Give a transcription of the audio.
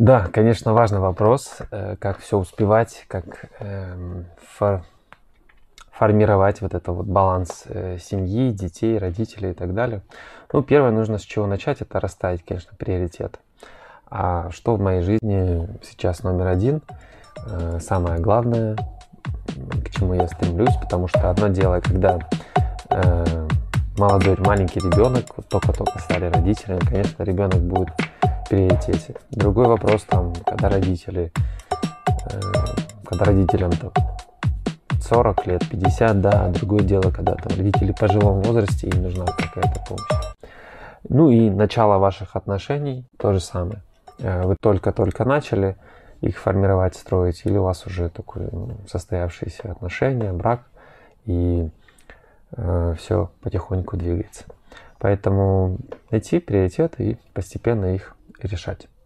Да, конечно, важный вопрос, как все успевать, как формировать вот это вот баланс семьи, детей, родителей и так далее. Ну, первое, нужно с чего начать, это расставить, конечно, приоритет. А что в моей жизни сейчас номер один, самое главное, к чему я стремлюсь, потому что одно дело, когда э, маленький ребенок, вот только-только стали родителями, конечно, ребенок будет в приоритете. Другой вопрос, там, э, когда родителям там 40 лет, 50, да, другое дело, когда там родители в пожилом возрасте, им нужна какая-то помощь. Ну и начало ваших отношений то же самое. Вы только-только начали их формировать, строить, или у вас уже такой состоявшиеся отношения, брак, и все потихоньку двигается. Поэтому найти приоритеты и постепенно их решать.